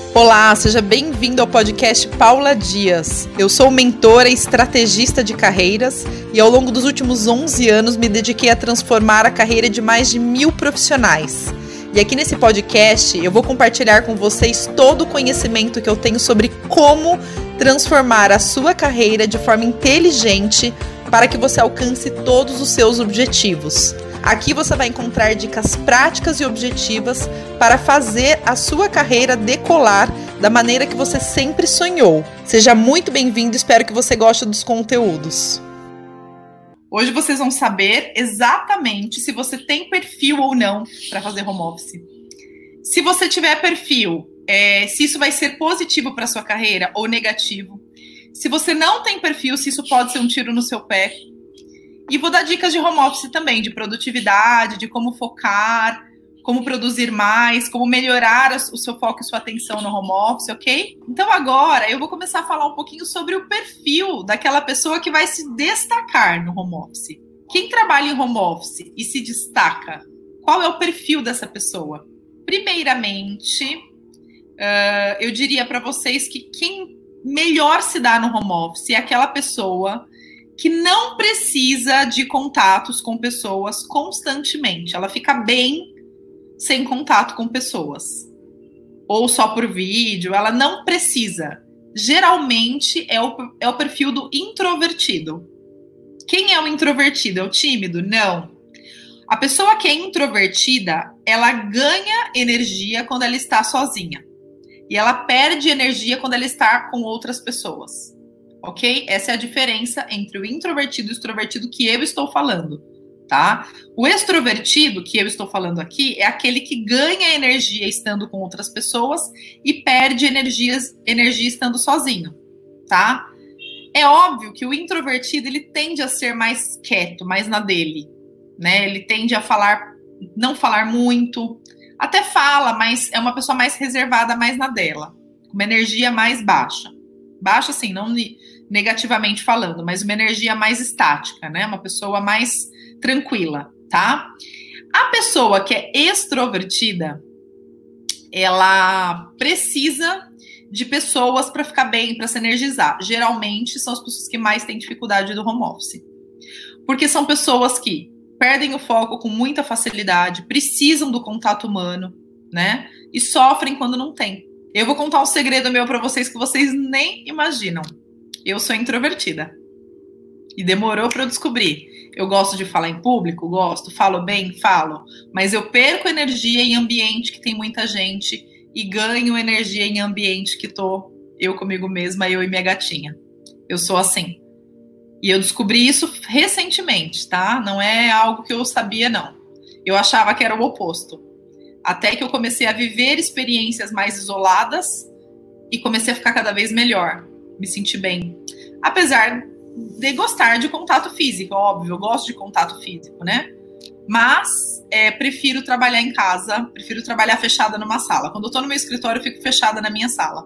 Olá, seja bem-vindo ao podcast Paula Dias. Eu sou mentora e estrategista de carreiras e ao longo dos últimos 11 anos me dediquei a transformar a carreira de mais de 1.000 profissionais. E aqui nesse podcast eu vou compartilhar com vocês todo o conhecimento que eu tenho sobre como transformar a sua carreira de forma inteligente para que você alcance todos os seus objetivos. Aqui você vai encontrar dicas práticas e objetivas para fazer a sua carreira decolar da maneira que você sempre sonhou. Seja muito bem-vindo, espero que você goste dos conteúdos. Hoje vocês vão saber exatamente se você tem perfil ou não para fazer home office. Se você tiver perfil, se isso vai ser positivo para a sua carreira ou negativo. Se você não tem perfil, se isso pode ser um tiro no seu pé. E vou dar dicas de home office também, de produtividade, de como focar, como produzir mais, como melhorar o seu foco e sua atenção no home office, ok? Então agora eu vou começar a falar um pouquinho sobre o perfil daquela pessoa que vai se destacar no home office. Quem trabalha em home office e se destaca, qual é o perfil dessa pessoa? Primeiramente, eu diria para vocês que quem melhor se dá no home office é aquela pessoa que não precisa de contatos com pessoas constantemente. Ela fica bem sem contato com pessoas. Ou só por vídeo, ela não precisa. Geralmente é o perfil do introvertido. Quem é o introvertido? É o tímido? Não. A pessoa que é introvertida, ela ganha energia quando ela está sozinha. E ela perde energia quando ela está com outras pessoas. Ok? Essa é a diferença entre o introvertido e o extrovertido que eu estou falando, tá? O extrovertido que eu estou falando aqui é aquele que ganha energia estando com outras pessoas e perde energia estando sozinho, tá? É óbvio que o introvertido, ele tende a ser mais quieto, mais na dele, né? Ele tende a não falar muito, até fala, mas é uma pessoa mais reservada, mais na dela, com uma energia mais baixa. Baixa, assim, não negativamente falando, mas uma energia mais estática, né? Uma pessoa mais tranquila, tá? A pessoa que é extrovertida, ela precisa de pessoas para ficar bem, para se energizar. Geralmente são as pessoas que mais têm dificuldade do home office. Porque são pessoas que perdem o foco com muita facilidade, precisam do contato humano, né? E sofrem quando não tem. Eu vou contar um segredo meu para vocês que vocês nem imaginam. Eu sou introvertida. E demorou para eu descobrir. Eu gosto de falar em público? Gosto. Falo bem? Falo. Mas eu perco energia em ambiente que tem muita gente e ganho energia em ambiente que tô eu comigo mesma, eu e minha gatinha. Eu sou assim. E eu descobri isso recentemente, tá? Não é algo que eu sabia, não. Eu achava que era o oposto. Até que eu comecei a viver experiências mais isoladas e comecei a ficar cada vez melhor, me sentir bem. Apesar de gostar de contato físico, óbvio, eu gosto de contato físico, né? Mas prefiro trabalhar em casa, prefiro trabalhar fechada numa sala. Quando eu tô no meu escritório, eu fico fechada na minha sala.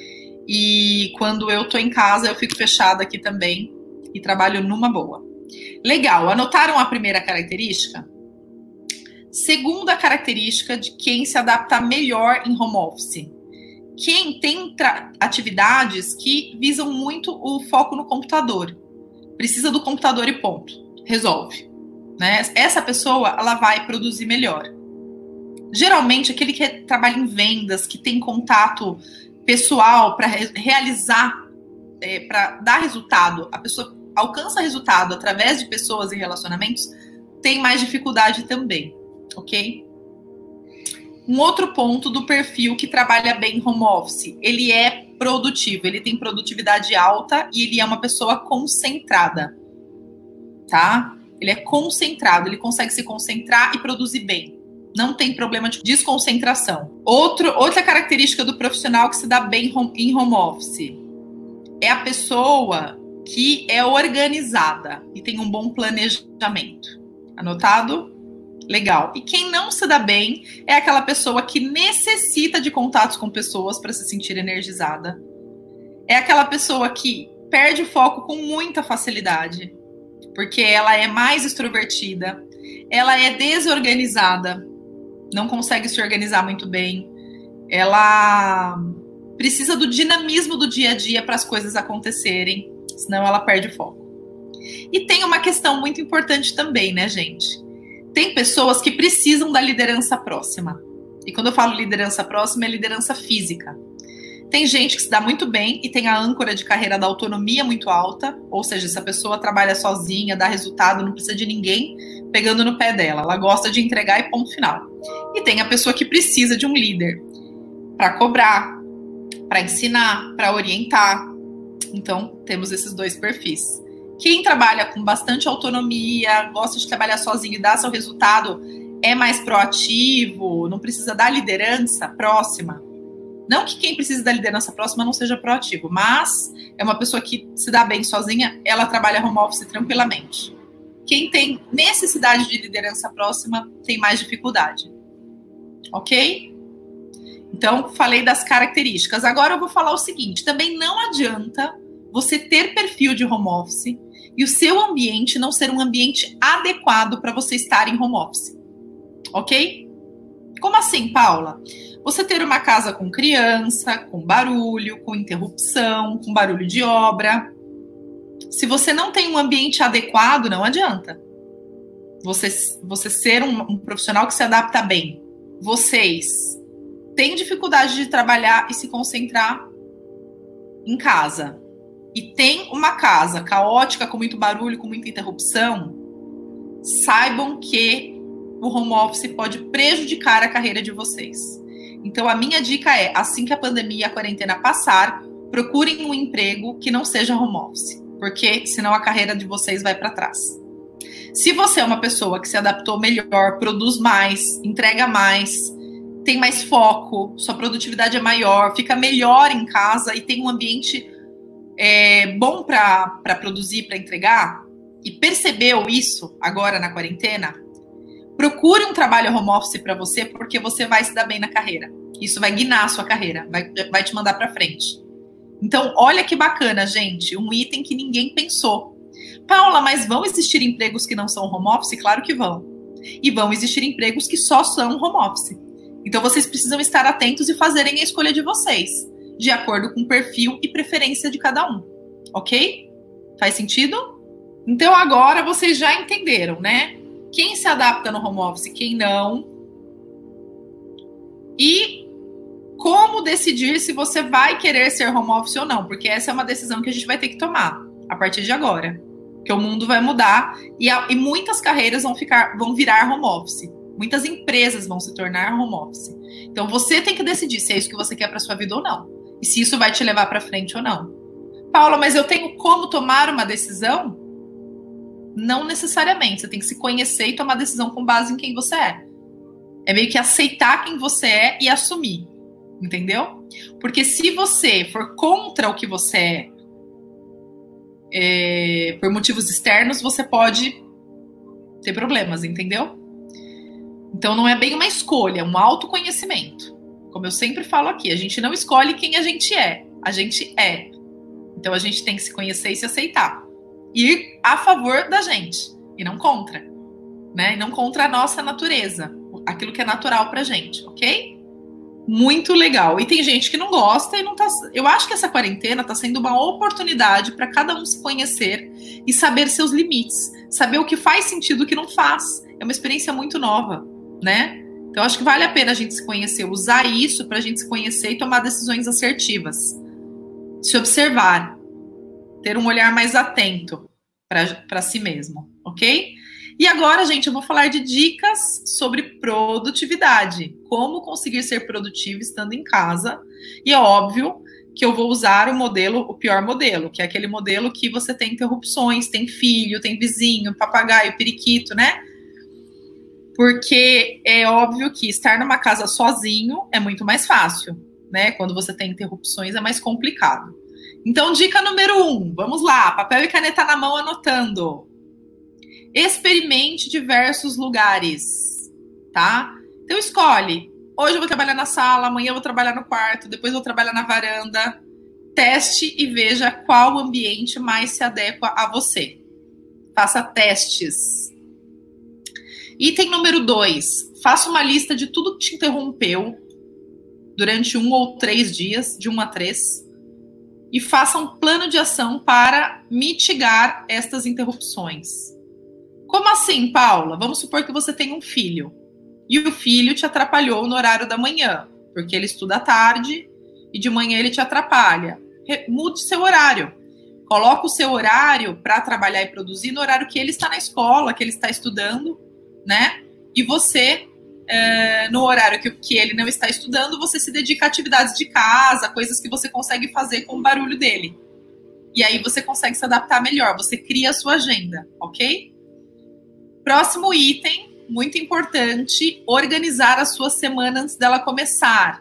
E quando eu tô em casa, eu fico fechada aqui também e trabalho numa boa. Legal, anotaram a primeira característica? Segunda característica de quem se adapta melhor em home office. Quem tem atividades que visam muito o foco no computador. Precisa do computador e ponto. Resolve. Né? Essa pessoa, ela vai produzir melhor. Geralmente, aquele que trabalha em vendas, que tem contato pessoal para realizar, para dar resultado, a pessoa alcança resultado através de pessoas e relacionamentos, tem mais dificuldade também. Ok? Um outro ponto do perfil que trabalha bem home office, ele é produtivo, ele tem produtividade alta e ele é uma pessoa concentrada, tá? Ele é concentrado, ele consegue se concentrar e produzir bem. Não tem problema de desconcentração. Outra característica do profissional que se dá bem em home office é a pessoa que é organizada e tem um bom planejamento. Anotado? Legal. E quem não se dá bem é aquela pessoa que necessita de contatos com pessoas para se sentir energizada. É aquela pessoa que perde o foco com muita facilidade, porque ela é mais extrovertida, ela é desorganizada, não consegue se organizar muito bem, ela precisa do dinamismo do dia a dia para as coisas acontecerem, senão ela perde o foco. E tem uma questão muito importante também, né, gente? Tem pessoas que precisam da liderança próxima. E quando eu falo liderança próxima, é liderança física. Tem gente que se dá muito bem e tem a âncora de carreira da autonomia muito alta, ou seja, se a pessoa trabalha sozinha, dá resultado, não precisa de ninguém pegando no pé dela. Ela gosta de entregar e ponto final. E tem a pessoa que precisa de um líder para cobrar, para ensinar, para orientar. Então, temos esses dois perfis. Quem trabalha com bastante autonomia, gosta de trabalhar sozinho e dar seu resultado, é mais proativo, não precisa da liderança próxima. Não que quem precisa da liderança próxima não seja proativo, mas é uma pessoa que se dá bem sozinha, ela trabalha home office tranquilamente. Quem tem necessidade de liderança próxima tem mais dificuldade. Ok? Então, falei das características. Agora eu vou falar o seguinte, também não adianta você ter perfil de home office e o seu ambiente não ser um ambiente adequado para você estar em home office. Ok? Como assim, Paula? Você ter uma casa com criança, com barulho, com interrupção, com barulho de obra. Se você não tem um ambiente adequado, não adianta. Você ser um profissional que se adapta bem. Vocês têm dificuldade de trabalhar e se concentrar em casa. E tem uma casa caótica, com muito barulho, com muita interrupção, saibam que o home office pode prejudicar a carreira de vocês. Então, a minha dica é, assim que a pandemia e a quarentena passar, procurem um emprego que não seja home office, porque senão a carreira de vocês vai para trás. Se você é uma pessoa que se adaptou melhor, produz mais, entrega mais, tem mais foco, sua produtividade é maior, fica melhor em casa e tem um ambiente bom para produzir, para entregar, e percebeu isso agora na quarentena, procure um trabalho home office para você, porque você vai se dar bem na carreira. Isso vai guinar a sua carreira, vai te mandar para frente. Então, olha que bacana, gente, um item que ninguém pensou. Paula, mas vão existir empregos que não são home office? Claro que vão. E vão existir empregos que só são home office. Então, vocês precisam estar atentos e fazerem a escolha de vocês, de acordo com o perfil e preferência de cada um. Ok? Faz sentido? Então, agora vocês já entenderam, né? Quem se adapta no home office, quem não. E como decidir se você vai querer ser home office ou não, porque essa é uma decisão que a gente vai ter que tomar a partir de agora. Porque o mundo vai mudar e muitas carreiras vão virar home office. Muitas empresas vão se tornar home office. Então você tem que decidir se é isso que você quer para sua vida ou não. E se isso vai te levar para frente ou não. Paula, mas eu tenho como tomar uma decisão? Não necessariamente. Você tem que se conhecer e tomar decisão com base em quem você é. É meio que aceitar quem você é e assumir. Entendeu? Porque se você for contra o que você por motivos externos, você pode ter problemas, entendeu? Então não é bem uma escolha, é um autoconhecimento. Como eu sempre falo aqui, a gente não escolhe quem a gente é. Então a gente tem que se conhecer e se aceitar. Ir a favor da gente, e não contra. Né? E não contra a nossa natureza, aquilo que é natural pra gente, ok? Muito legal. E tem gente que não gosta e não tá. Eu acho que essa quarentena tá sendo uma oportunidade para cada um se conhecer e saber seus limites, saber o que faz sentido e o que não faz. É uma experiência muito nova, né? Então acho que vale a pena a gente se conhecer, usar isso pra gente se conhecer e tomar decisões assertivas. Se observar, ter um olhar mais atento para si mesmo, ok? E agora, gente, eu vou falar de dicas sobre produtividade. Como conseguir ser produtivo estando em casa. E é óbvio que eu vou usar o pior modelo, que é aquele modelo que você tem interrupções, tem filho, tem vizinho, papagaio, periquito, né? Porque é óbvio que estar numa casa sozinho é muito mais fácil, né? Quando você tem interrupções é mais complicado. Então, dica número 1, vamos lá, papel e caneta na mão anotando. Experimente diversos lugares, tá? Então escolhe. Hoje eu vou trabalhar na sala, amanhã eu vou trabalhar no quarto, depois eu vou trabalhar na varanda. Teste e veja qual ambiente mais se adequa a você. Faça testes. Item número 2. Faça uma lista de tudo que te interrompeu durante 1 ou 3 dias, de 1 a 3, e faça um plano de ação para mitigar estas interrupções. Como assim, Paula? Vamos supor que você tem um filho, e o filho te atrapalhou no horário da manhã, porque ele estuda à tarde, e de manhã ele te atrapalha. Mude seu horário. Coloca o seu horário para trabalhar e produzir no horário que ele está na escola, que ele está estudando, né? E você, no horário que ele não está estudando, você se dedica a atividades de casa, coisas que você consegue fazer com o barulho dele. E aí você consegue se adaptar melhor, você cria a sua agenda, ok? Próximo item, muito importante, organizar a sua semana antes dela começar.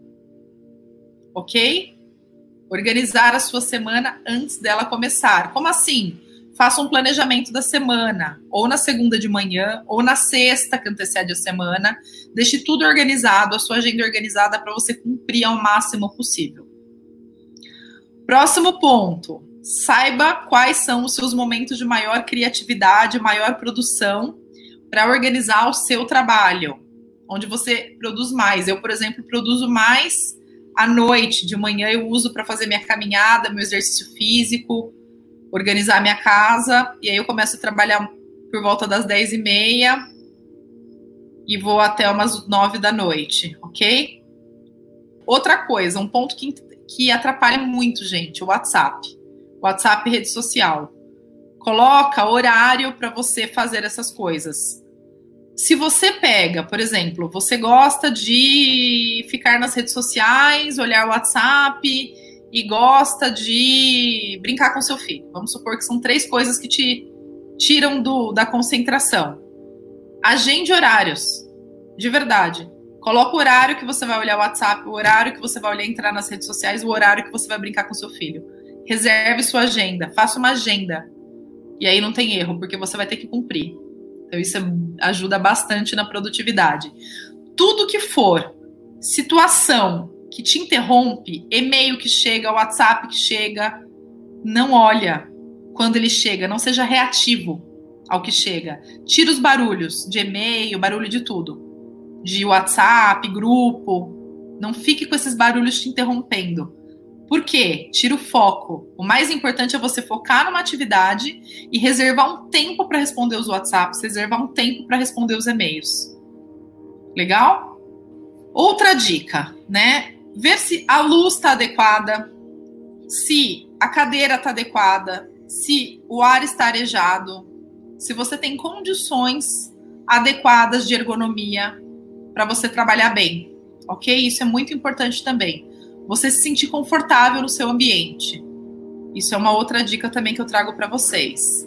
Ok? Organizar a sua semana antes dela começar. Como assim? Faça um planejamento da semana, ou na segunda de manhã, ou na sexta que antecede a semana. Deixe tudo organizado, a sua agenda organizada para você cumprir ao máximo possível. Próximo ponto. Saiba quais são os seus momentos de maior criatividade, maior produção, para organizar o seu trabalho, onde você produz mais. Eu, por exemplo, produzo mais à noite, de manhã eu uso para fazer minha caminhada, meu exercício físico, organizar minha casa, e aí eu começo a trabalhar por volta das 10h30 e vou até umas 9 da noite, ok? Outra coisa, um ponto que atrapalha muito, gente, o WhatsApp. WhatsApp, rede social. Coloca horário para você fazer essas coisas. Se você pega, por exemplo, você gosta de ficar nas redes sociais, olhar o WhatsApp e gosta de brincar com seu filho. Vamos supor que são 3 coisas que te tiram da concentração. Agende horários, de verdade. Coloca o horário que você vai olhar o WhatsApp, o horário que você vai entrar nas redes sociais, o horário que você vai brincar com seu filho. Reserve sua agenda, faça uma agenda. E aí não tem erro, porque você vai ter que cumprir. Então isso ajuda bastante na produtividade. Tudo que for situação que te interrompe, e-mail que chega, WhatsApp que chega, não olha quando ele chega, não seja reativo ao que chega. Tira os barulhos de e-mail, barulho de tudo. De WhatsApp, grupo. Não fique com esses barulhos te interrompendo. Por quê? Tira o foco. O mais importante é você focar numa atividade e reservar um tempo para responder os WhatsApps, reservar um tempo para responder os e-mails. Legal? Outra dica, né? Ver se a luz está adequada, se a cadeira está adequada, se o ar está arejado, se você tem condições adequadas de ergonomia para você trabalhar bem, ok? Isso é muito importante também. Você se sentir confortável no seu ambiente. Isso é uma outra dica também que eu trago para vocês.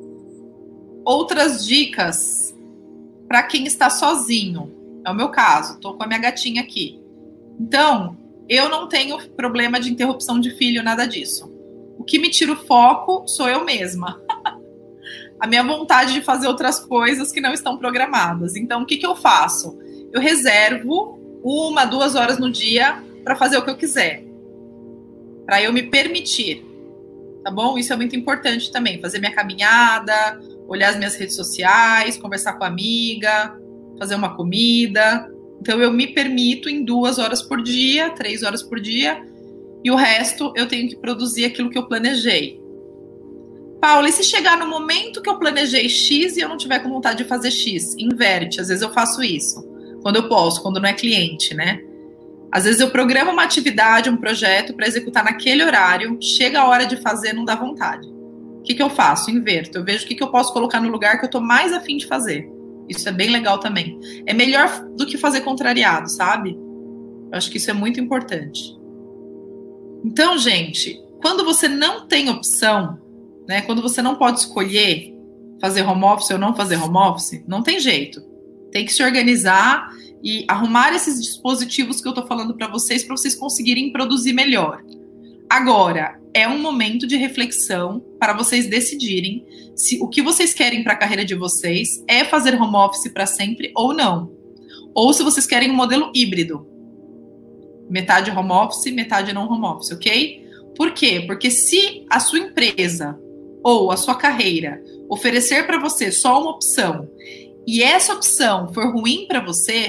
Outras dicas para quem está sozinho. É o meu caso, estou com a minha gatinha aqui. Então, eu não tenho problema de interrupção de filho, nada disso. O que me tira o foco sou eu mesma. A minha vontade de fazer outras coisas que não estão programadas. Então, o que eu faço? Eu reservo 1, 2 horas no dia para fazer o que eu quiser, para eu me permitir, tá bom? Isso é muito importante também, fazer minha caminhada, olhar as minhas redes sociais, conversar com a amiga, fazer uma comida. Então eu me permito em 2 horas por dia, 3 horas por dia, e o resto eu tenho que produzir aquilo que eu planejei. Paula, e se chegar no momento que eu planejei X e eu não tiver com vontade de fazer X? Inverte, às vezes eu faço isso, quando eu posso, quando não é cliente, né? Às vezes eu programo uma atividade, um projeto para executar naquele horário, chega a hora de fazer, não dá vontade. O que eu faço? Inverto. Eu vejo o que eu posso colocar no lugar que eu estou mais afim de fazer. Isso é bem legal também. É melhor do que fazer contrariado, sabe? Eu acho que isso é muito importante. Então, gente, quando você não tem opção, né, quando você não pode escolher fazer home office ou não fazer home office, não tem jeito. Tem que se organizar e arrumar esses dispositivos que eu tô falando para vocês conseguirem produzir melhor. Agora, é um momento de reflexão para vocês decidirem se o que vocês querem para a carreira de vocês é fazer home office para sempre ou não. Ou se vocês querem um modelo híbrido. Metade home office, metade não home office, ok? Por quê? Porque se a sua empresa ou a sua carreira oferecer para você só uma opção e essa opção for ruim para você,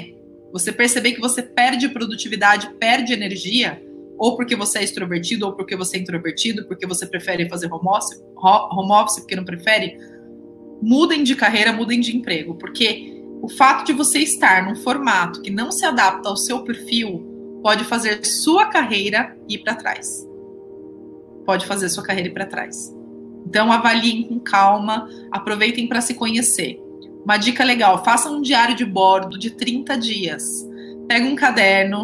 Você perceber que você perde produtividade, perde energia, ou porque você é extrovertido, ou porque você é introvertido, porque você prefere fazer home office porque não prefere, mudem de carreira, mudem de emprego, porque o fato de você estar num formato que não se adapta ao seu perfil pode fazer sua carreira ir para trás. Pode fazer sua carreira ir para trás. Então, avaliem com calma, aproveitem para se conhecer. Uma dica legal, faça um diário de bordo de 30 dias. Pega um caderno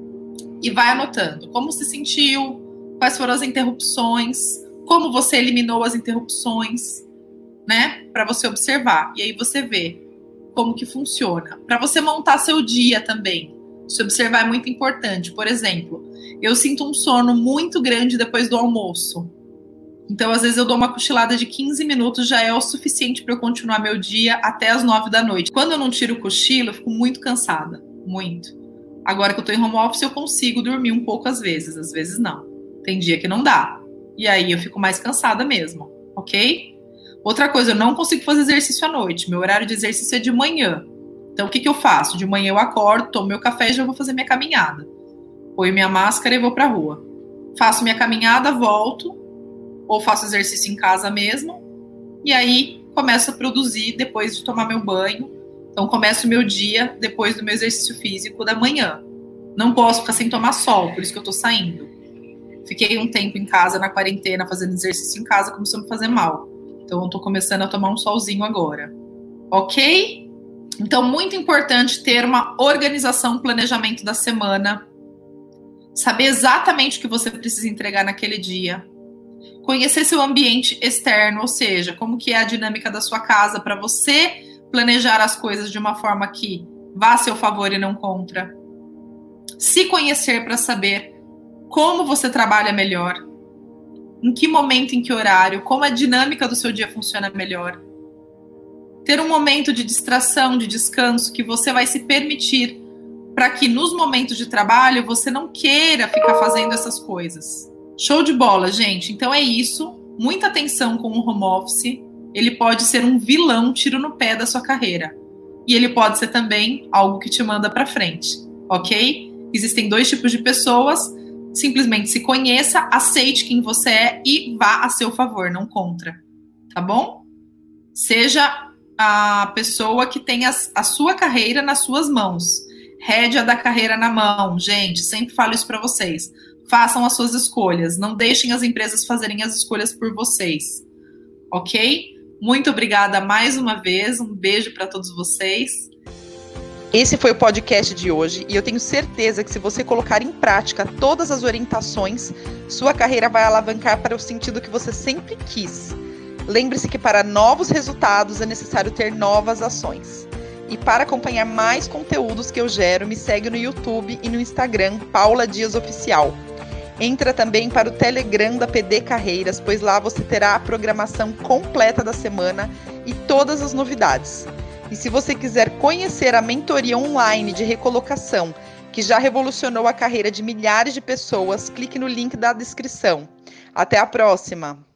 e vai anotando como se sentiu, quais foram as interrupções, como você eliminou as interrupções, né? Para você observar. E aí você vê como que funciona. Para você montar seu dia também. Se observar é muito importante. Por exemplo, eu sinto um sono muito grande depois do almoço. Então, às vezes, eu dou uma cochilada de 15 minutos, já é o suficiente para eu continuar meu dia até as 9 da noite. Quando eu não tiro o cochilo, eu fico muito cansada. Muito. Agora que eu tô em home office, eu consigo dormir um pouco às vezes não. Tem dia que não dá. E aí eu fico mais cansada mesmo, ok? Outra coisa, eu não consigo fazer exercício à noite. Meu horário de exercício é de manhã. Então, o que eu faço? De manhã eu acordo, tomo meu café e já vou fazer minha caminhada. Ponho minha máscara e vou pra rua. Faço minha caminhada, volto, ou faço exercício em casa mesmo, e aí começo a produzir depois de tomar meu banho. Então, começo o meu dia depois do meu exercício físico da manhã. Não posso ficar sem tomar sol, por isso que eu tô saindo. Fiquei um tempo em casa, na quarentena, fazendo exercício em casa, começou a me fazer mal. Então, eu tô começando a tomar um solzinho agora. Ok? Então, muito importante ter uma organização, um planejamento da semana. Saber exatamente o que você precisa entregar naquele dia. Conhecer seu ambiente externo, ou seja, como que é a dinâmica da sua casa para você planejar as coisas de uma forma que vá a seu favor e não contra. Se conhecer para saber como você trabalha melhor, em que momento, em que horário, como a dinâmica do seu dia funciona melhor. Ter um momento de distração, de descanso que você vai se permitir para que nos momentos de trabalho você não queira ficar fazendo essas coisas. Show de bola, gente. Então é isso. Muita atenção com o home office. Ele pode ser um vilão, tiro no pé da sua carreira. E ele pode ser também algo que te manda para frente, ok? Existem 2 tipos de pessoas. Simplesmente se conheça, aceite quem você é e vá a seu favor, não contra. Tá bom? Seja a pessoa que tem a sua carreira nas suas mãos. Rédea da carreira na mão. Gente, sempre falo isso para vocês. Façam as suas escolhas. Não deixem as empresas fazerem as escolhas por vocês. Ok? Muito obrigada mais uma vez. Um beijo para todos vocês. Esse foi o podcast de hoje e eu tenho certeza que se você colocar em prática todas as orientações, sua carreira vai alavancar para o sentido que você sempre quis. Lembre-se que para novos resultados é necessário ter novas ações. E para acompanhar mais conteúdos que eu gero, me segue no YouTube e no Instagram, Paula Dias Oficial. Entra também para o Telegram da PD Carreiras, pois lá você terá a programação completa da semana e todas as novidades. E se você quiser conhecer a mentoria online de recolocação, que já revolucionou a carreira de milhares de pessoas, clique no link da descrição. Até a próxima!